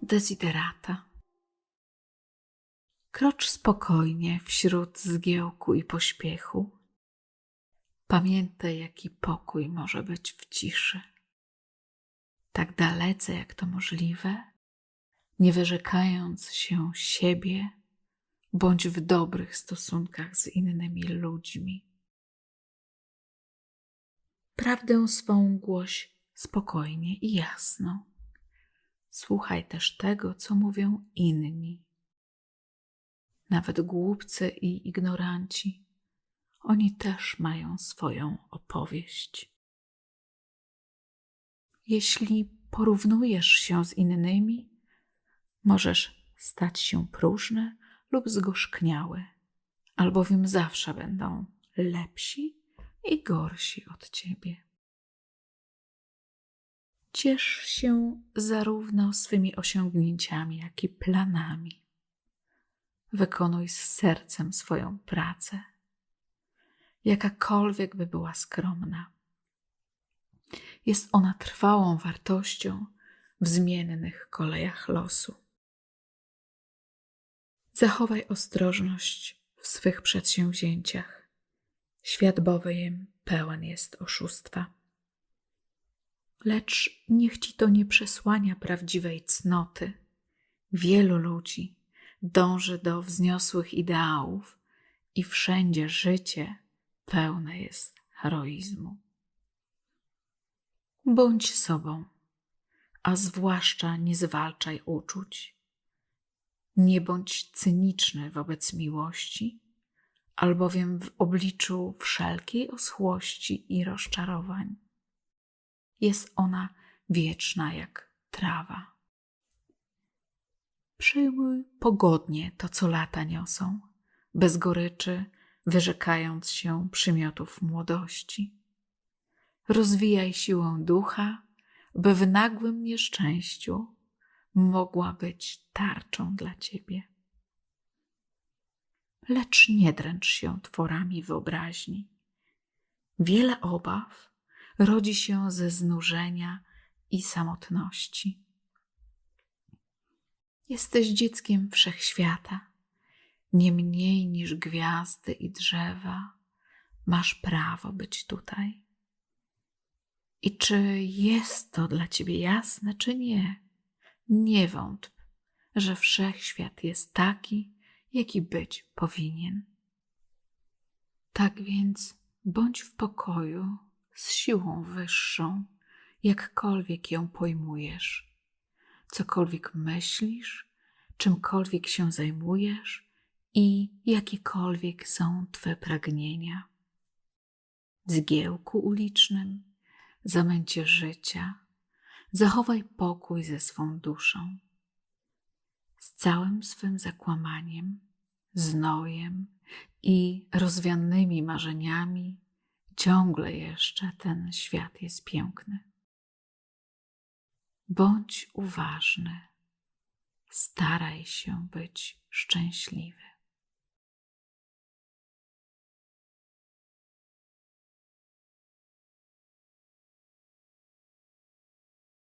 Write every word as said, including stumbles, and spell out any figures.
desiderata. Krocz spokojnie wśród zgiełku i pośpiechu. Pamiętaj, jaki pokój może być w ciszy. Tak dalece, jak to możliwe, nie wyrzekając się siebie, bądź w dobrych stosunkach z innymi ludźmi. Prawdę swą głoś spokojnie i jasno. Słuchaj też tego, co mówią inni. Nawet głupcy i ignoranci, oni też mają swoją opowieść. Jeśli porównujesz się z innymi, możesz stać się próżny lub zgorzkniały, albowiem zawsze będą lepsi i gorsi od ciebie. Ciesz się zarówno swymi osiągnięciami, jak i planami. Wykonuj z sercem swoją pracę, jakakolwiek by była skromna. Jest ona trwałą wartością w zmiennych kolejach losu. Zachowaj ostrożność w swych przedsięwzięciach. Świat bowiem pełen jest oszustwa. Lecz niech ci to nie przesłania prawdziwej cnoty. Wielu ludzi dąży do wzniosłych ideałów i wszędzie życie pełne jest heroizmu. Bądź sobą, a zwłaszcza nie zwalczaj uczuć. Nie bądź cyniczny wobec miłości, albowiem w obliczu wszelkiej oschłości i rozczarowań jest ona wieczna jak trawa. Przyjmuj pogodnie to, co lata niosą, bez goryczy, wyrzekając się przymiotów młodości. Rozwijaj siłę ducha, by w nagłym nieszczęściu mogła być tarczą dla ciebie. Lecz nie dręcz się tworami wyobraźni. Wiele obaw rodzi się ze znużenia i samotności. Jesteś dzieckiem wszechświata. Nie mniej niż gwiazdy i drzewa masz prawo być tutaj. I czy jest to dla ciebie jasne, czy nie? Nie wątp, że wszechświat jest taki, jaki być powinien. Tak więc bądź w pokoju z siłą wyższą, jakkolwiek ją pojmujesz. Cokolwiek myślisz, czymkolwiek się zajmujesz i jakiekolwiek są twe pragnienia. W zgiełku ulicznym, zamęcie życia, zachowaj pokój ze swą duszą. Z całym swym zakłamaniem, znojem i rozwianymi marzeniami ciągle jeszcze ten świat jest piękny. Bądź uważny, staraj się być szczęśliwy.